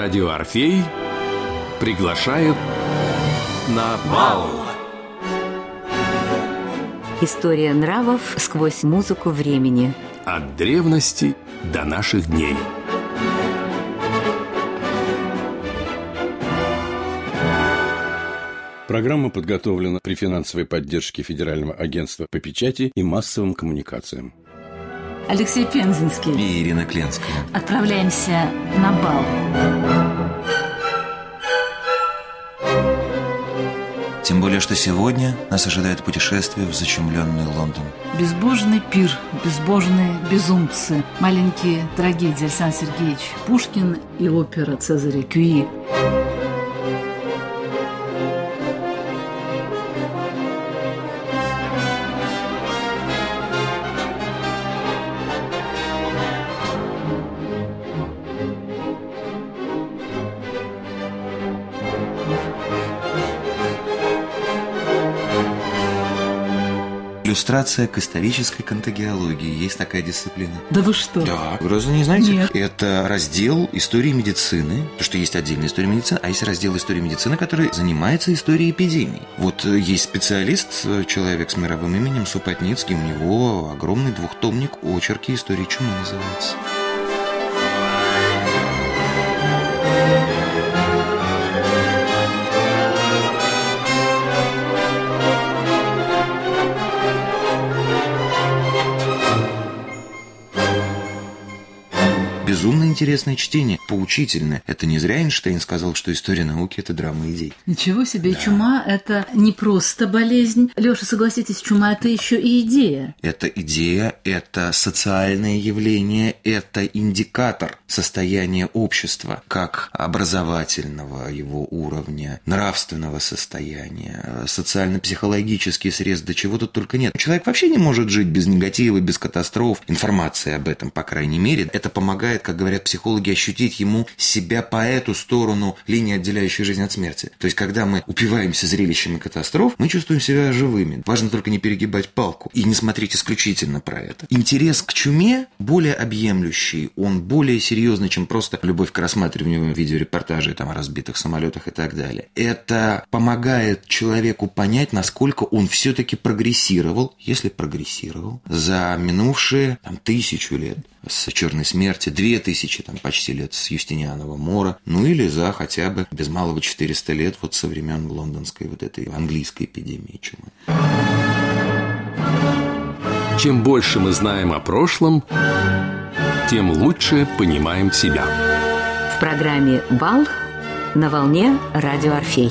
Радио Орфей приглашает на бал. История нравов сквозь музыку времени. От древности до наших дней. Программа подготовлена при финансовой поддержке Федерального агентства по печати и массовым коммуникациям. Алексей Пензенский и Ирина Кленская. Отправляемся на бал. Тем более, что сегодня нас ожидает путешествие в зачумленный Лондон. Безбожный пир, безбожные безумцы, маленькие трагедии Александр Сергеевич Пушкин и опера Цезаря Кюи. Иллюстрация к исторической контагиологии. Есть такая дисциплина. Да вы что? Да. Вы разве не знаете? Нет. Это раздел истории медицины. Потому что есть отдельная история медицины, а есть раздел истории медицины, который занимается историей эпидемий. Вот есть специалист, человек с мировым именем Супотницкий. У него огромный двухтомник «Очерки истории чумы» называется. Безумно интересное чтение, поучительное. Это не зря Эйнштейн сказал, что история науки – это драма идей. Ничего себе, Да. Чума – это не просто болезнь. Лёша, согласитесь, чума – это еще и идея. Это идея, это социальное явление, это индикатор состояния общества, как образовательного его уровня, нравственного состояния, социально-психологический срез, до чего тут только нет. Человек вообще не может жить без негатива, без катастроф. Информация об этом, по крайней мере, это помогает, как говорят психологи, ощутить ему себя по эту сторону линии, отделяющей жизнь от смерти. То есть, когда мы упиваемся зрелищами катастроф, мы чувствуем себя живыми. Важно только не перегибать палку и не смотреть исключительно про это. Интерес к чуме более объемлющий, он более серьезный, чем просто любовь к рассматриванию видеорепортажей там, о разбитых самолетах и так далее. Это помогает человеку понять, насколько он все-таки прогрессировал, если прогрессировал, за минувшие 1000 лет с Черной смерти, 2000 почти лет с Юстинианова мора, ну или за хотя бы без малого 400 лет вот со времен лондонской вот этой английской эпидемии чумы. Чем больше мы знаем о прошлом, тем лучше понимаем себя. В программе «Бал» на волне Радио Орфей.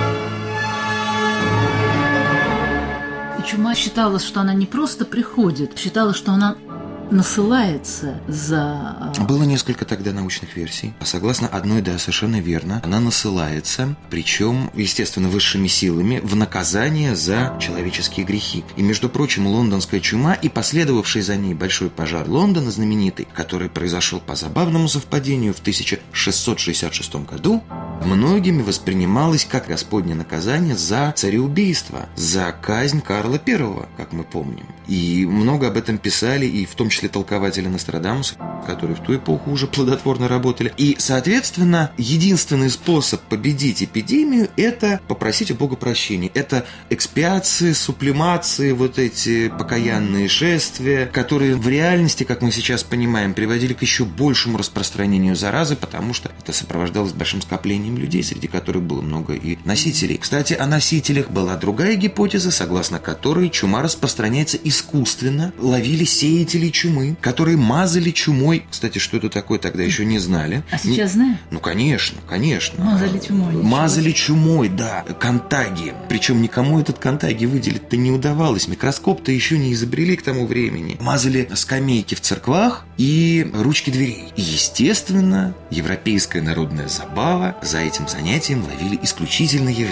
И чума считалось, что она не просто приходит, считалось, что она насылается за... Было несколько тогда научных версий. Согласно одной, да, совершенно верно, она насылается, причем, естественно, высшими силами, в наказание за человеческие грехи. И, между прочим, лондонская чума и последовавший за ней большой пожар Лондона знаменитый, который произошел по забавному совпадению в 1666 году, многими воспринималось как Господне наказание за цареубийство, за казнь Карла I, как мы помним. И много об этом писали, и в том числе толкователи Нострадамуса, которые в ту эпоху уже плодотворно работали. И, соответственно, единственный способ победить эпидемию – это попросить у Бога прощения. Это экспиации, сублимации, вот эти покаянные шествия, которые в реальности, как мы сейчас понимаем, приводили к еще большему распространению заразы, потому что это сопровождалось большим скоплением людей, среди которых было много и носителей. Кстати, о носителях была другая гипотеза, согласно которой чума распространяется искусственно. Ловили сеятелей чумы, которые мазали чумой. Кстати, что это такое, тогда еще не знали. А сейчас знаем? Ну, конечно. Мазали чумой. Мазали чумой, да. Контагии. Причем никому этот контагий выделить-то не удавалось. Микроскоп-то еще не изобрели к тому времени. Мазали скамейки в церквах и ручки дверей. И, естественно, европейская народная забава, за этим занятием ловили исключительно евреев.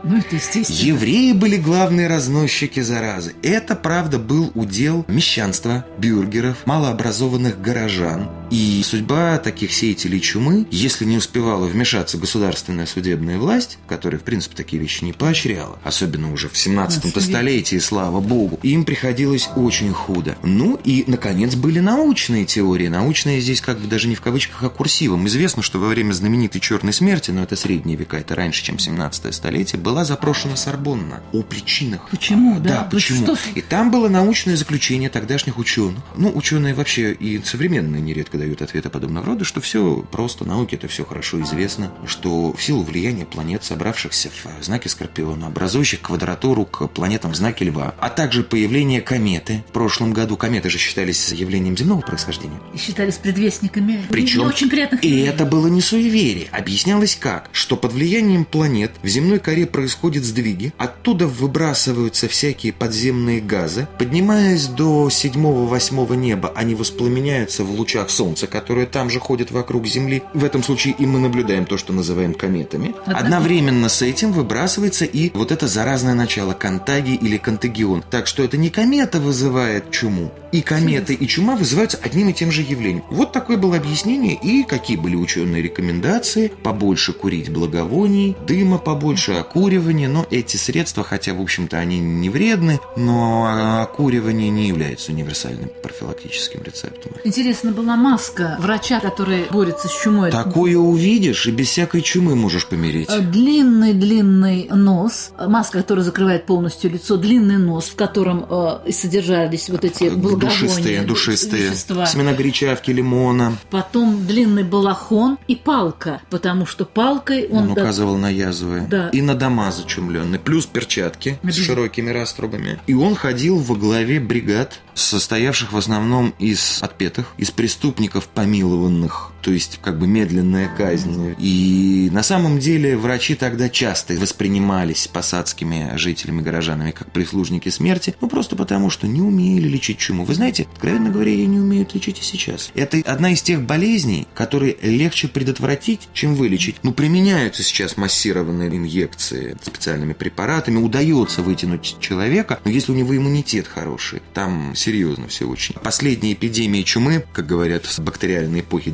Ну, это естественно. Евреи были главные разносчики заразы. Это, правда, был удел мещанства, бюргеров, малообразованных горожан. И судьба таких сеятелей чумы, если не успевала вмешаться государственная судебная власть, которая, в принципе, такие вещи не поощряла, особенно уже в 17-м столетии, слава богу, им приходилось очень худо. Ну и, наконец, были научные теории. Научные здесь как бы даже не в кавычках, а курсивом. Известно, что во время знаменитой Черной смерти, но это средние века, это раньше, чем 17 столетие, была запрошена Сорбонна о причинах. Почему? Да, почему? Что? И там было научное заключение тогдашних ученых. Ну, ученые вообще и современные нередко дают ответы подобного рода, что все просто, науке это все хорошо известно, что в силу влияния планет, собравшихся в знаке Скорпиона, образующих квадратуру к планетам в знаке Льва, а также появление кометы. В прошлом году кометы же считались явлением земного происхождения. И считались предвестниками. Причем, очень приятных. И это было не суеверие. Объяснялось как? Что под влиянием планет в земной коре происходят сдвиги, оттуда выбрасываются всякие подземные газы, поднимаясь до 7-8 неба, они воспламеняются в лучах Солнца, которые там же ходят вокруг Земли. В этом случае и мы наблюдаем то, что называем кометами. Одновременно с этим выбрасывается и вот это заразное начало, контагий или контагион. Так что это не комета вызывает чуму, и кометы, и чума вызываются одним и тем же явлением. Вот такое было объяснение, и какие были ученые рекомендации: побольше курить благовоний, дыма побольше, окуривания. Но эти средства, хотя, в общем-то, они не вредны, но окуривание не является универсальным профилактическим рецептом. Интересно, была маска врача, который борется с чумой. Такое увидишь, и без всякой чумы можешь помереть. Длинный нос, маска, которая закрывает полностью лицо, длинный нос, в котором содержались вот эти благовония, душистые вещества. Семена горячавки, лимона. Потом длинный балахон и палка, потому что палкой он указывал на язвы. Да. И на дома зачумленные. Плюс перчатки с широкими раструбами. И он ходил во главе бригад, состоявших в основном из отпетых, из преступников помилованных, то есть как бы медленная казнь. И на самом деле врачи тогда часто воспринимались посадскими жителями, горожанами, как прислужники смерти, ну просто потому, что не умели лечить чуму. Вы знаете, откровенно говоря, ее не умеют лечить и сейчас. Это одна из тех болезней, которые легче предотвратить, чем вылечить. Ну, применяются сейчас массированные инъекции специальными препаратами, удается вытянуть человека, но если у него иммунитет хороший, там серьезно все очень. Последняя эпидемия чумы, как говорят, с бактериальной эпохи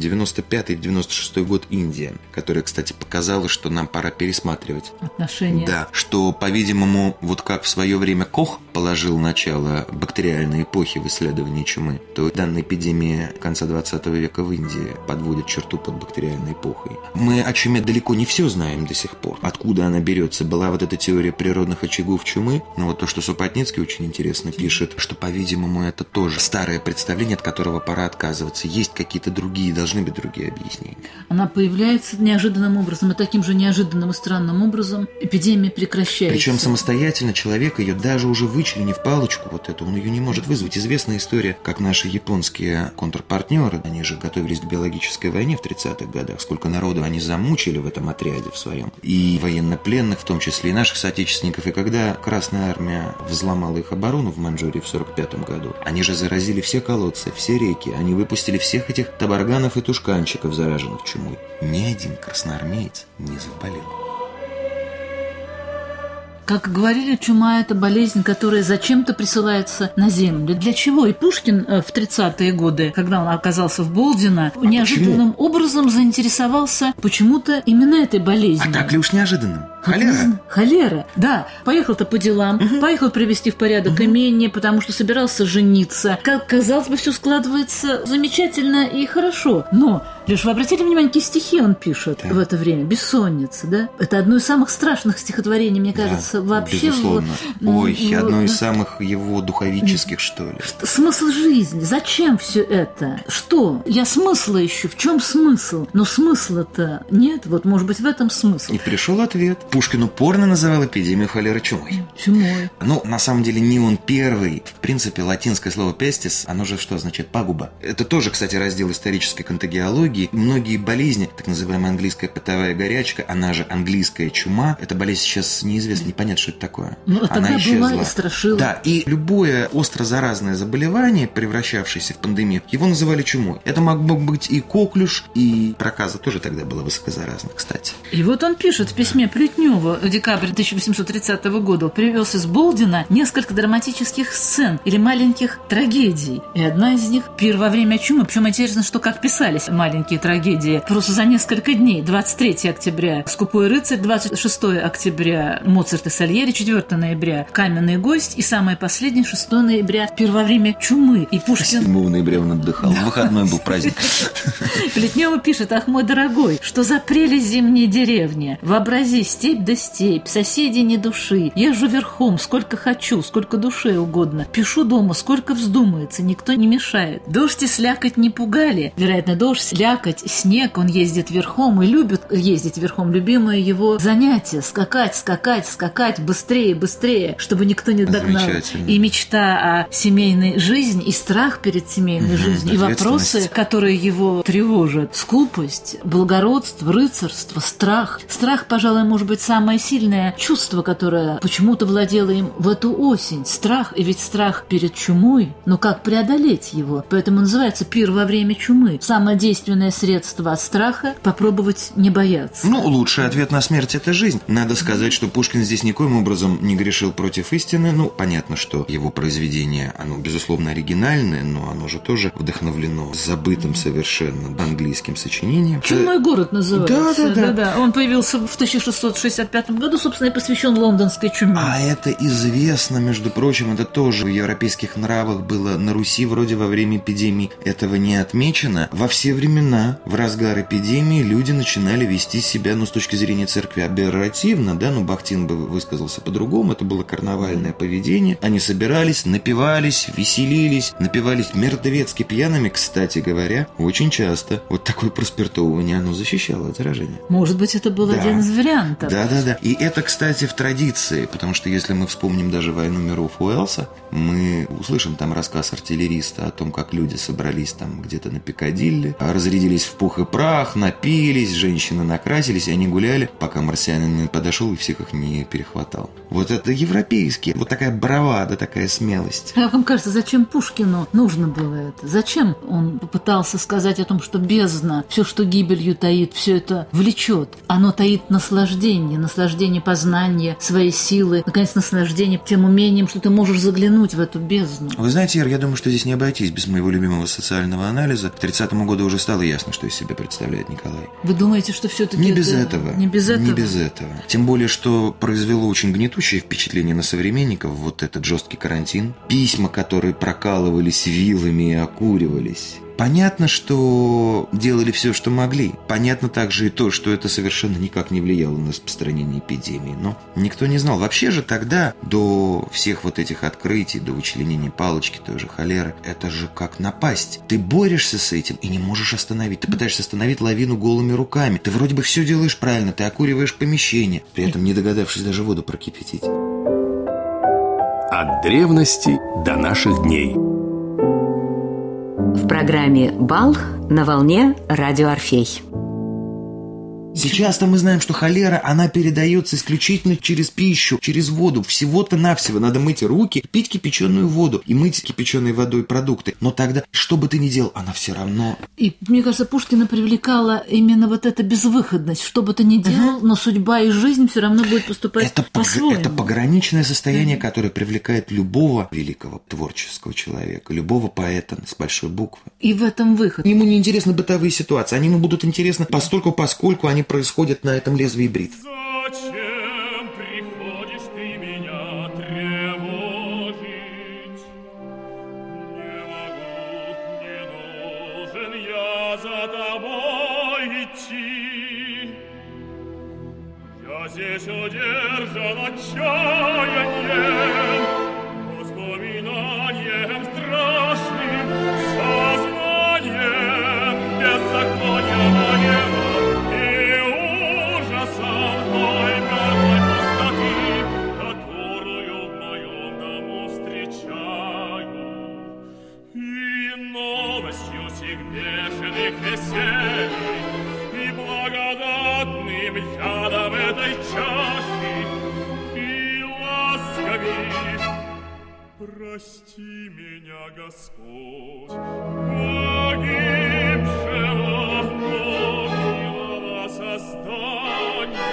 95-96 год, Индия, которая, кстати, показала, что нам пора пересматривать отношения. Да, что, по-видимому, вот как в свое время Кох положил начало бактериальной эпохи в исследовании чумы, то данная эпидемия конца 20 века в Индии подводит черту под бактериальной эпохой. Мы о чуме далеко не все знаем до сих пор. Откуда она берется? Была вот эта теория природных очагов чумы, но вот то, что Супотницкий очень интересно пишет, что, по-видимому, это тоже старое представление, от которого пора отказываться. Есть какие-то другие, должны быть другие объяснения. Она появляется неожиданным образом, и таким же неожиданным и странным образом эпидемия прекращается. Причем самостоятельно человек ее, даже уже вычленив палочку вот эту, он ее не может вызвать. Известная история, как наши японские контрпартнеры, они же готовились к биологической войне в 30-х годах, сколько народу они замучили в этом отряде в своем, и военнопленных, в том числе и наших соотечественников. И когда Красная Армия взломала их оборону в Маньчжурии в 1945 году, они же заразили все колодцы, все реки, они выпустили всех этих табарганов и тушканчиков, зараженных чумой. Ни один красноармеец не заболел. Как говорили, чума – это болезнь, которая зачем-то присылается на землю. Для чего? И Пушкин в 30-е годы, когда он оказался в Болдино, неожиданным образом заинтересовался почему-то именно этой болезнью. А так ли уж неожиданным? Холера. Холера, да. Поехал-то по делам, поехал привести в порядок имение, потому что собирался жениться. Как казалось бы, все складывается замечательно и хорошо. Но, Леш, вы обратили внимание, какие стихи он пишет в это время? «Бессонница», да? Это одно из самых страшных стихотворений, мне кажется, вообще. Безусловно. Одно из самых его духовических, что ли. Смысл жизни. Зачем все это? Что? Я смысла ищу. В чем смысл? Но смысла-то нет. Вот, может быть, в этом смысл. И пришел ответ. Пушкин упорно называл эпидемию холеры чумой. Чумой. Ну, на самом деле, не он первый. В принципе, латинское слово «пестис», оно же что означает? Пагуба. Это тоже, кстати, раздел исторической контагиологии. многие болезни, так называемая английская потовая горячка, она же английская чума, эта болезнь сейчас неизвестна, непонятно, что это такое. Она исчезла. Была и страшила. Да, и любое остро заразное заболевание, превращавшееся в пандемию, его называли чумой. Это мог быть и коклюш, и проказа тоже тогда была высокозаразна, кстати. И вот он пишет в письме Плетневу в декабре 1830 года, привез из Болдина несколько драматических сцен или маленьких трагедий. И одна из них – «Пир во время чумы». Причем интересно, что как писались маленькие трагедии. Просто за несколько дней. 23 октября «Скупой рыцарь», 26 октября «Моцарт и Сальери», 4 ноября «Каменный гость» и самое последнее, 6 ноября «Пир во время чумы». И Пушкин... 7 ноября он отдыхал. Да. Выходной был праздник. Плетнева пишет: «Ах, мой дорогой, что за прелесть зимней деревни! Вообрази, степь да степь, соседей ни души. Езжу верхом, сколько хочу, сколько душе угодно. Пишу дома, сколько вздумается, никто не мешает. Дождь и слякоть не пугали». Вероятно, дождь, слякоть, снег, он ездит верхом и любит ездить верхом. Любимое его занятие – скакать, скакать, скакать, быстрее, быстрее, чтобы никто не догнал. И мечта о семейной жизни, и страх перед семейной жизнью, и вопросы, которые его тревожат. Скупость, благородство, рыцарство, страх. Страх, пожалуй, может быть, самое сильное чувство, которое почему-то владело им в эту осень. Страх, и ведь страх перед чумой, но как преодолеть его? Поэтому называется «Пир во время чумы». Самое действенное средство от страха – попробовать не бояться. Ну, лучший ответ на смерть – это жизнь. Надо сказать, что Пушкин здесь никоим образом не грешил против истины. Ну, понятно, что его произведение, оно, безусловно, оригинальное, но оно же тоже вдохновлено забытым совершенно английским сочинением. «Чумной город» называется. Да. Он появился в 1665 году, собственно, и посвящен лондонской чуме. А это известно, между прочим, это тоже в европейских нравах было. На Руси вроде во время эпидемии этого не отмечено. Во все времена, в разгар эпидемии, люди начинали вести себя, ну, с точки зрения церкви, аберративно, да, ну, Бахтин бы высказался по-другому, это было карнавальное поведение. Они собирались, напивались, веселились, напивались мертвецки пьяными, кстати говоря, очень часто. Вот такое проспиртовывание, оно защищало от заражения. Может быть, это был один из вариантов. Да. И это, кстати, в традиции, потому что если мы вспомним даже «Войну миров» Уэллса, мы услышим там рассказ артиллериста о том, как люди собрались там где-то на Пикадилли, разрядились в пух и прах, напились, женщины накрасились, и они гуляли, пока марсианин не подошел и всех их не перехватал. Вот это европейский, вот такая бравада, такая смелость. Как вам кажется, зачем Пушкину нужно было это? Зачем он попытался сказать о том, что бездна, все, что гибелью таит, все это влечет? Оно таит наслаждение познания своей силы, наконец, наслаждение тем умением, что ты можешь заглянуть в эту бездну. Вы знаете, Ир, я думаю, что здесь не обойтись без моего любимого социального анализа. К 30-му году уже стало ясно, что из себя представляет Николай. Вы думаете, что все-таки Не без этого. Не без этого. Тем более, что произвело очень гнетущее впечатление на современников вот этот жесткий карантин. Письма, которые прокалывались вилами и окуривались. Понятно, что делали все, что могли. Понятно также и то, что это совершенно никак не влияло на распространение эпидемии. Но никто не знал. Вообще же тогда, до всех вот этих открытий, до вычленения палочки, той же холеры, это же как напасть. Ты борешься с этим и не можешь остановить. Ты пытаешься остановить лавину голыми руками. Ты вроде бы все делаешь правильно, ты окуриваешь помещение, при этом не догадавшись даже воду прокипятить. От древности до наших дней. В программе «Бал» на волне радио «Орфей». Сейчас-то мы знаем, что холера, она передается исключительно через пищу, через воду. Всего-то навсего надо мыть руки, пить кипяченую воду и мыть кипяченой водой продукты. Но тогда, что бы ты ни делал, она все равно... И, мне кажется, Пушкина привлекала именно вот эта безвыходность. Что бы ты ни делал, но судьба и жизнь все равно будет поступать по-своему. Это пограничное состояние, которое привлекает любого великого творческого человека, любого поэта с большой буквы. И в этом выход. Ему не интересны бытовые ситуации, они ему будут интересны поскольку они происходят на этом лезвии бритв. Зачем приходишь ты меня тревожить? Не должен я за тобой идти. Я здесь удержан отчаянием, воспоминанием страшным, сознанием беззакония моего. Новостью сих бешеных веселий и благодатным ядом этой чаши и ласковей. Прости меня, Господь, погибшего, но милого создания.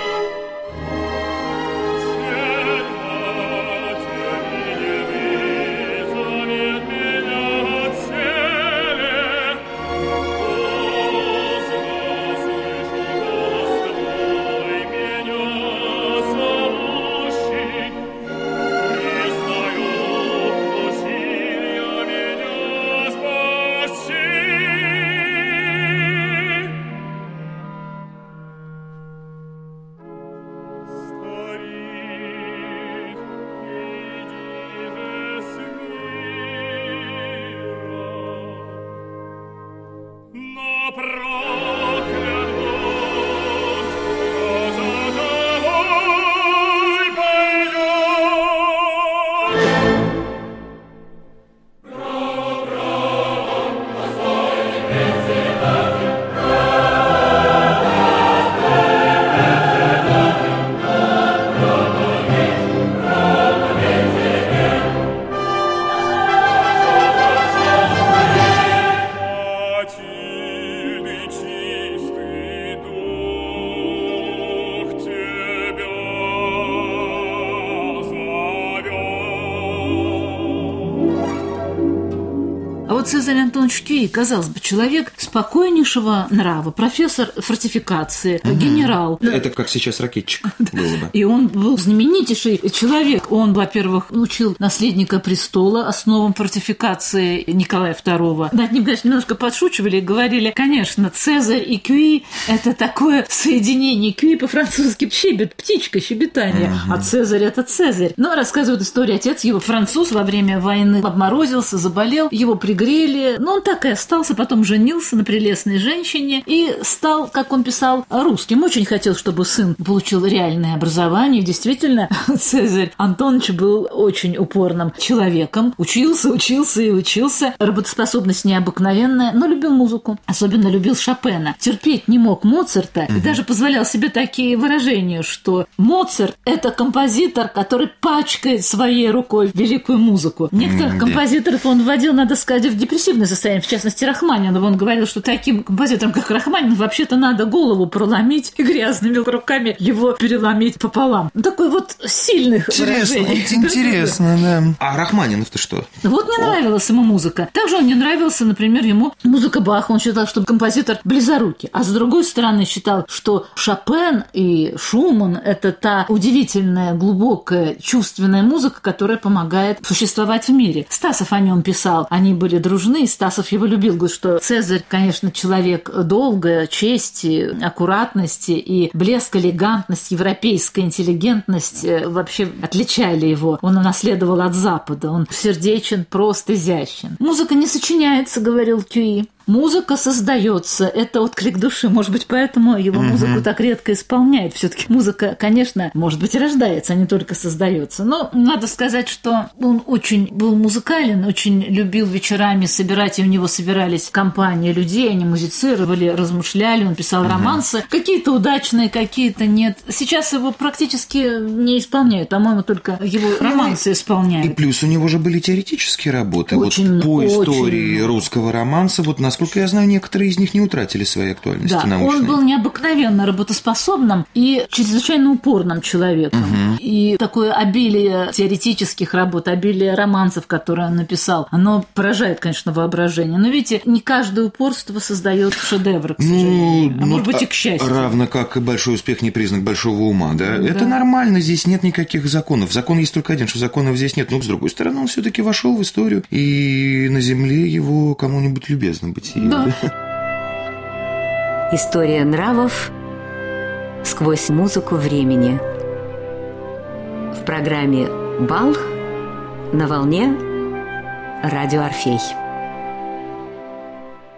Цезарь Антонович Кюи, казалось бы, человек спокойнейшего нрава, профессор фортификации, генерал. Это как сейчас ракетчик было бы. И он был знаменитейший человек. Он, во-первых, учил наследника престола основам фортификации Николая II. Над ним, конечно, немножко подшучивали и говорили, конечно, Цезарь и Кюи – это такое соединение. Кюи по-французски щебет, птичка, щебетание, а Цезарь – это Цезарь. Но рассказывает историю, отец его француз во время войны обморозился, заболел, его пригрели, но он так и остался, потом женился на прелестной женщине и стал, как он писал, русским. Очень хотел, чтобы сын получил реальное образование. И действительно, Цезарь Антонович был очень упорным человеком. Учился и учился. Работоспособность необыкновенная, но любил музыку. Особенно любил Шопена. Терпеть не мог Моцарта. И даже позволял себе такие выражения, что Моцарт – это композитор, который пачкает своей рукой великую музыку. Некоторых композиторов он вводил, надо сказать, в депрессивное состояние, в частности, Рахманинова. Он говорил, что таким композиторам, как Рахманинов, вообще-то надо голову проломить и грязными руками его переломить пополам. Такой вот сильных выражений. Интересно, да. А Рахманинов-то что? Вот не нравилась ему музыка. Также он не нравился, например, ему музыка Баха. Он считал, что композитор близорукий. А с другой стороны, считал, что Шопен и Шуман – это та удивительная, глубокая, чувственная музыка, которая помогает существовать в мире. Стасов о нем писал. Они были дружны, и Стасов его любил. Говорит, что Цезарь, конечно, человек долга, чести, аккуратности, и блеск, элегантность, европейская интеллигентность вообще отличали его. Он унаследовал от Запада. Он сердечен, прост, изящен. Музыка не сочиняется, говорил Кюи. Музыка создается, это отклик души, может быть, поэтому его музыку так редко исполняют. Все-таки музыка, конечно, может быть, и рождается, а не только создается. Но надо сказать, что он очень был музыкален, очень любил вечерами собирать, и у него собирались компании людей, они музицировали, размышляли, он писал романсы, какие-то удачные, какие-то нет. Сейчас его практически не исполняют, по-моему, только его романсы исполняют. И плюс у него же были теоретические работы. Очень, вот по истории очень. Русского романса, вот насколько я знаю, некоторые из них не утратили своей актуальности научной. Он был необыкновенно работоспособным и чрезвычайно упорным человеком. И такое обилие теоретических работ, обилие романсов, которые он написал, оно поражает, конечно, воображение. Но видите, не каждое упорство создает шедевр, к сожалению. Может быть, и к счастью. Равно как и большой успех не признак большого ума, да? Это нормально, здесь нет никаких законов. Закон есть только один, что законов здесь нет. Но, с другой стороны, он все-таки вошел в историю, и на земле его кому-нибудь любезно быть. Да. История нравов сквозь музыку времени. В программе «Бал» на волне Радио Орфей.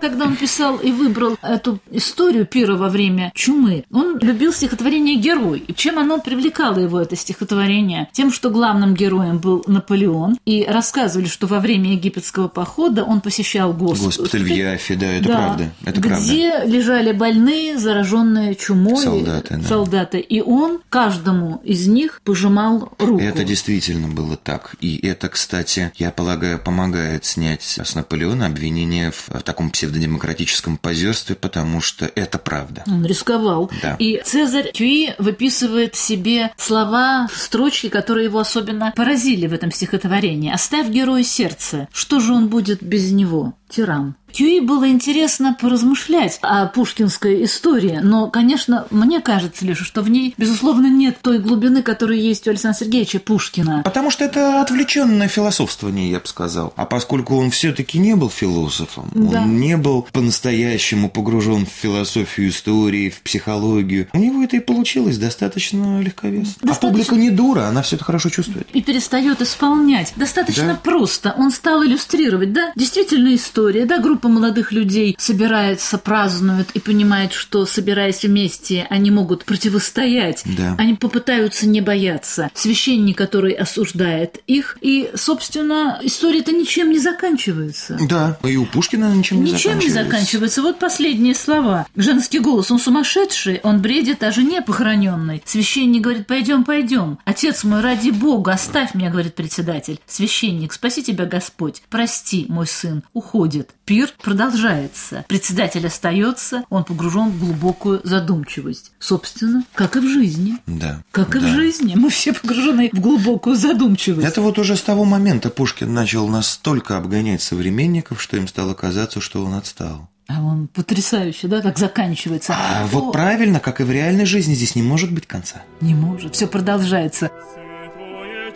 когда он писал и выбрал эту историю пира во время чумы, он любил стихотворение «Герой». И чем оно привлекало его, это стихотворение? Тем, что главным героем был Наполеон, и рассказывали, что во время египетского похода он посещал госпиталь в Яффе, да, это правда. Это где правда. лежали больные, зараженные чумой солдаты. И он каждому из них пожимал руку. Это действительно было так. И это, кстати, я полагаю, помогает снять с Наполеона обвинение в таком псевдодемократическом позерстве, потому что это правда. Он рисковал. Да. И Цезарь Тюи выписывает себе слова в строчке, которые его особенно поразили в этом стихотворении. «Оставь герою сердце, что же он будет без него? Тиран». Тюи было интересно поразмышлять о пушкинской истории, но, конечно, мне кажется лишь, что в ней, безусловно, нет той глубины, которая есть у Александра Сергеевича Пушкина. Потому что это отвлеченное философствование, я бы сказал. А поскольку он все-таки не был философом, он не был по-настоящему погружен в философию истории, в психологию, у него это и получилось достаточно легковесно. А публика не дура, она все это хорошо чувствует. И перестает исполнять. Достаточно просто. Он стал иллюстрировать, действительно история, группа молодых людей собирается, празднует и понимает, что, собираясь вместе, они могут противостоять. Да. Они попытаются не бояться. Священник, который осуждает их. И, собственно, история-то ничем не заканчивается. Да, и у Пушкина ничем не заканчивается. Вот последние слова. Женский голос. Он сумасшедший, он бредит о жене похороненной. Священник говорит: пойдем. Отец мой, ради Бога, оставь меня, говорит председатель. Священник: спаси тебя Господь. Прости, мой сын. Уходит. Пир продолжается. Председатель остается, он погружен в глубокую задумчивость. Собственно, как и в жизни. Да. Как и в жизни. Мы все погружены в глубокую задумчивость. Это вот уже с того момента Пушкин начал настолько обгонять современников, что им стало казаться, что он отстал. А он потрясающе, как заканчивается. Вот правильно, как и в реальной жизни, здесь не может быть конца. Не может, все продолжается. Святое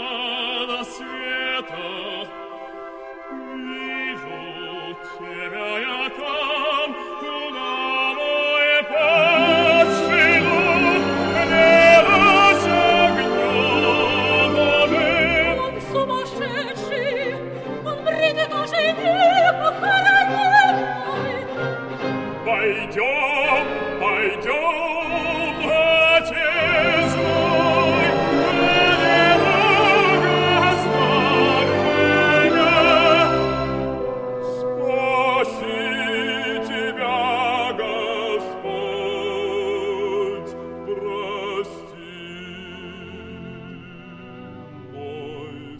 чадо света, вижу тебя я там, куда мой путь веду, не разогнёт. Он сумасшедший, он бредит о жене похороненной. Пойдем, отец мой, ради Бога, оставь меня. Спаси тебя, Господь, прости, мой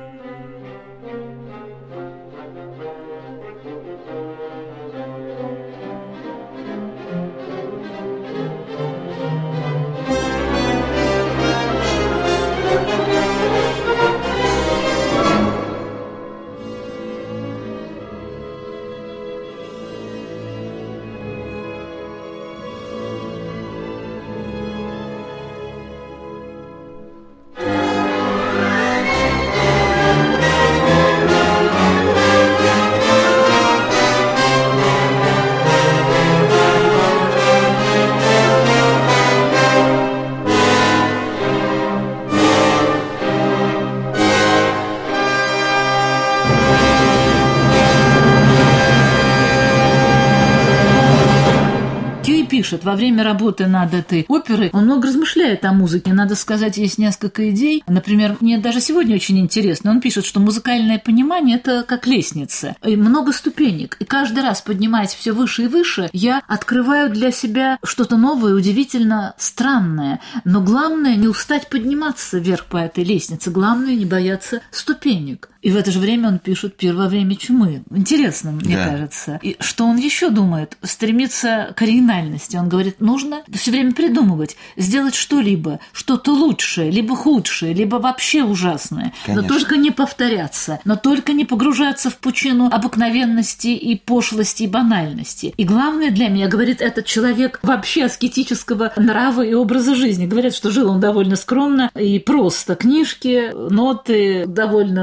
пишет, во время работы над этой оперой он много размышляет о музыке. Надо сказать, есть несколько идей. Например, мне даже сегодня очень интересно. Он пишет, что музыкальное понимание – это как лестница. И много ступенек. И каждый раз, поднимаясь все выше и выше, я открываю для себя что-то новое, удивительно странное. Но главное – не устать подниматься вверх по этой лестнице. Главное – не бояться ступенек. И в это же время он пишет «Пир во время чумы». Интересно, мне кажется. И что он еще думает? Стремится к оригинальности. Он говорит, нужно все время придумывать, сделать что-либо, что-то лучшее, либо худшее, либо вообще ужасное. Конечно. Но только не повторяться, но только не погружаться в пучину обыкновенности и пошлости и банальности. И главное для меня, говорит этот человек, вообще аскетического нрава и образа жизни. Говорят, что жил он довольно скромно и просто. Книжки, ноты довольно скромно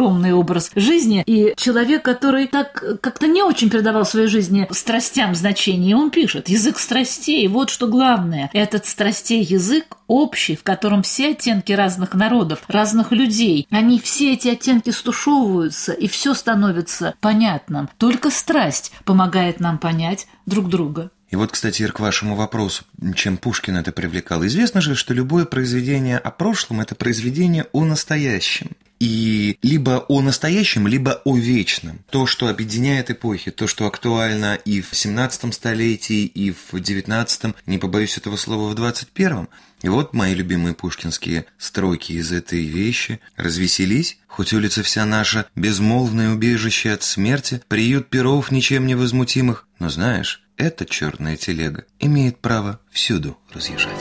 скромный образ жизни. И человек, который так как-то не очень придавал своей жизни страстям значения, он пишет: язык страстей, вот что главное. Этот страстей язык общий, в котором все оттенки разных народов, разных людей, они все эти оттенки стушевываются, и все становится понятным. Только страсть помогает нам понять друг друга. И вот, кстати, Ир, к вашему вопросу, чем Пушкин это привлекал. Известно же, что любое произведение о прошлом – это произведение о настоящем. И либо о настоящем, либо о вечном. То, что объединяет эпохи, то, что актуально и в 17 столетии, и в 19, не побоюсь этого слова, в 21. И вот мои любимые пушкинские строки из этой вещи. «Развеселись, хоть улица вся наша, безмолвное убежище от смерти, приют перов ничем не возмутимых, но знаешь, эта черная телега имеет право всюду разъезжать».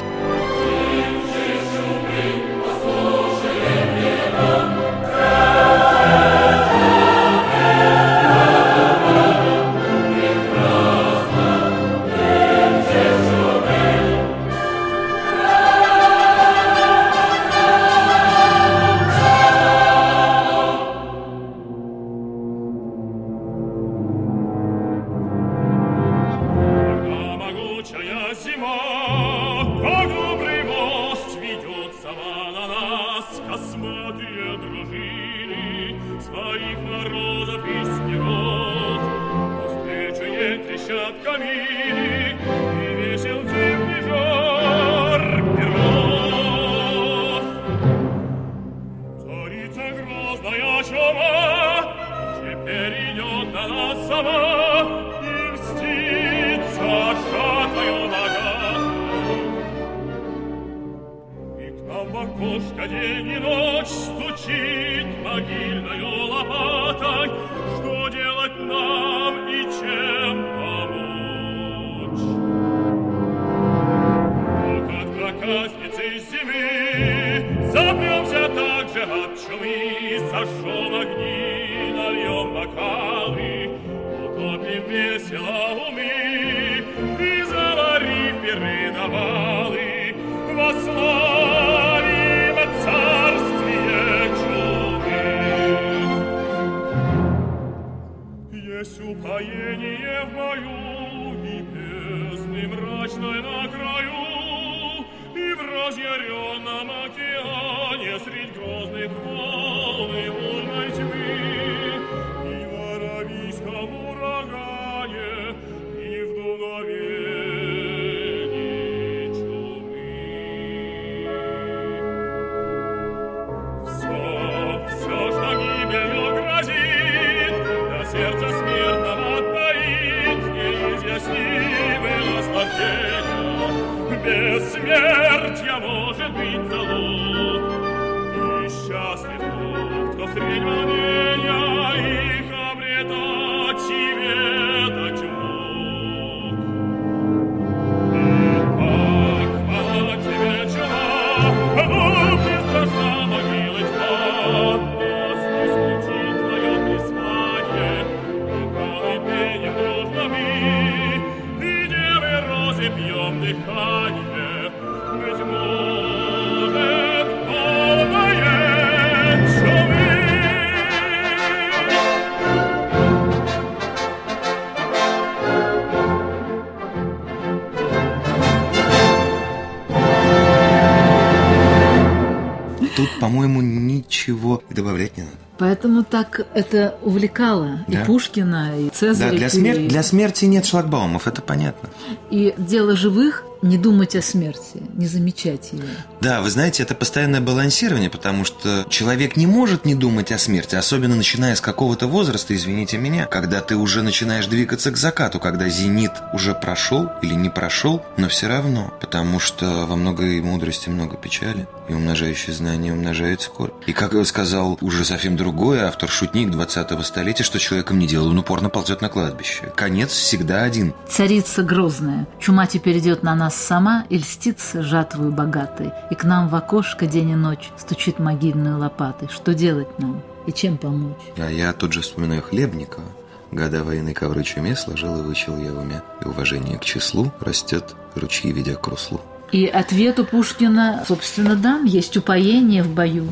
День и ночь стучит могильною лопатой. Что делать нам и чем помочь? Но как проказницы зимы запремся так же от чумы, сожжем огни, нальем бокалы, утопим весело умы и заварим пиры на балы во славе царствие чумы. Есть упоение в бою и бездны мрачной на краю, и в разъяренном океане средь грозных волн и бурной тьмы, и в аравийском урагане, и в дуновении сердце смертного таит неизъяснимые наслаждения. Бессмертие может быть залог, и счастлив тот, кто средь волнения их обретать и ведать мог. Итак, хвала тебе, чума, вновь не страшна могила тьма, нас не смутит твое призвание. И девы розы пьем дыхание, быть может, полное чумы. Тут, по-моему, ничего добавлять не надо. Поэтому так это увлекало и Пушкина, и Цезаря. Да, для смерти нет шлагбаумов, это понятно. И дело живых – не думать о смерти, не замечать ее. Да, вы знаете, это постоянное балансирование, потому что человек не может не думать о смерти, особенно начиная с какого-то возраста, извините меня, когда ты уже начинаешь двигаться к закату, когда зенит уже прошел или не прошел, но все равно, потому что во многой мудрости много печали, и умножающее знание умножает скорбь. И как сказал уже совсем другой автор-шутник 20-го столетия, что человеком не делал, он упорно ползет на кладбище. Конец всегда один. Царица грозная, чума теперь идет на нас сама и льстится жатвою богатой, и к нам в окошко день и ночь стучит могильной лопатой. Что делать нам и чем помочь? А я тут же вспоминаю Хлебникова. Года войны ковры чуме сложил и вычел я в уме, и уважение к числу растет, ручьи ведя к руслу. И ответ у Пушкина, собственно, да, есть упоение в бою.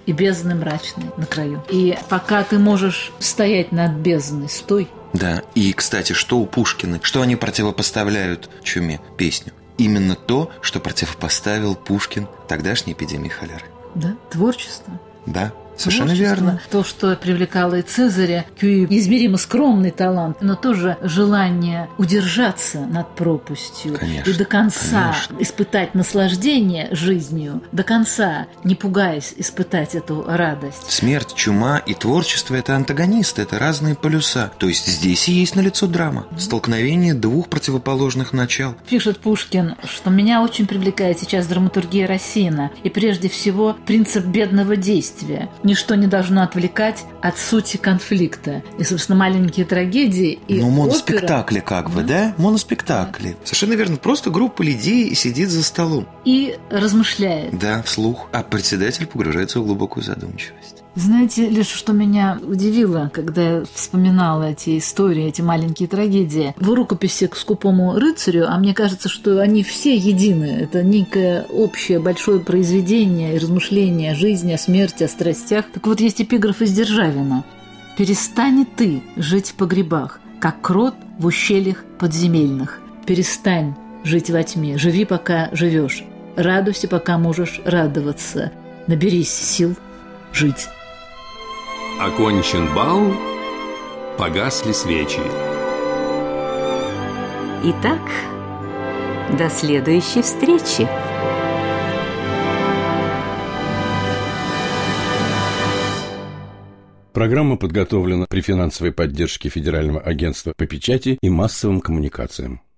и бездны мрачной на краю. И пока ты можешь стоять над бездной, стой. Да, и, кстати, что у Пушкина? Что они противопоставляют чуме? Песню. Именно то, что противопоставил Пушкин тогдашней эпидемии холеры. Да, творчество. Да, совершенно Творчество. верно. То, что привлекало и Цезаря, Кюи, неизмеримо скромный талант, но тоже желание удержаться над пропастью. Конечно, И до конца конечно. испытать наслаждение жизнью, до конца, не пугаясь, испытать эту радость. Смерть, чума и творчество – это антагонисты, это разные полюса. То есть здесь и есть налицо драма. Столкновение двух противоположных начал. Пишет Пушкин, что меня очень привлекает сейчас драматургия Рассина и прежде всего принцип бедного действия. Ничто не должно отвлекать от сути конфликта. И, собственно, маленькие трагедии и Ну, моноспектакли опера, как бы, да? Моноспектакли. Совершенно верно. Просто группа людей сидит за столом. и размышляет. Да, вслух. А председатель погружается в глубокую задумчивость. Знаете, лишь что меня удивило, когда я вспоминала эти истории, эти маленькие трагедии. В рукописи к «Скупому рыцарю», а мне кажется, что они все едины. Это некое общее большое произведение и размышление о жизни, о смерти, о страстях. Так вот, есть эпиграф из Державина. «Перестань и ты жить в погребах, как крот в ущельях подземельных. Перестань жить во тьме, живи, пока живешь. Радуйся, пока можешь радоваться. Наберись сил жить». Окончен бал, погасли свечи. Итак, до следующей встречи. Программа подготовлена при финансовой поддержке Федерального агентства по печати и массовым коммуникациям.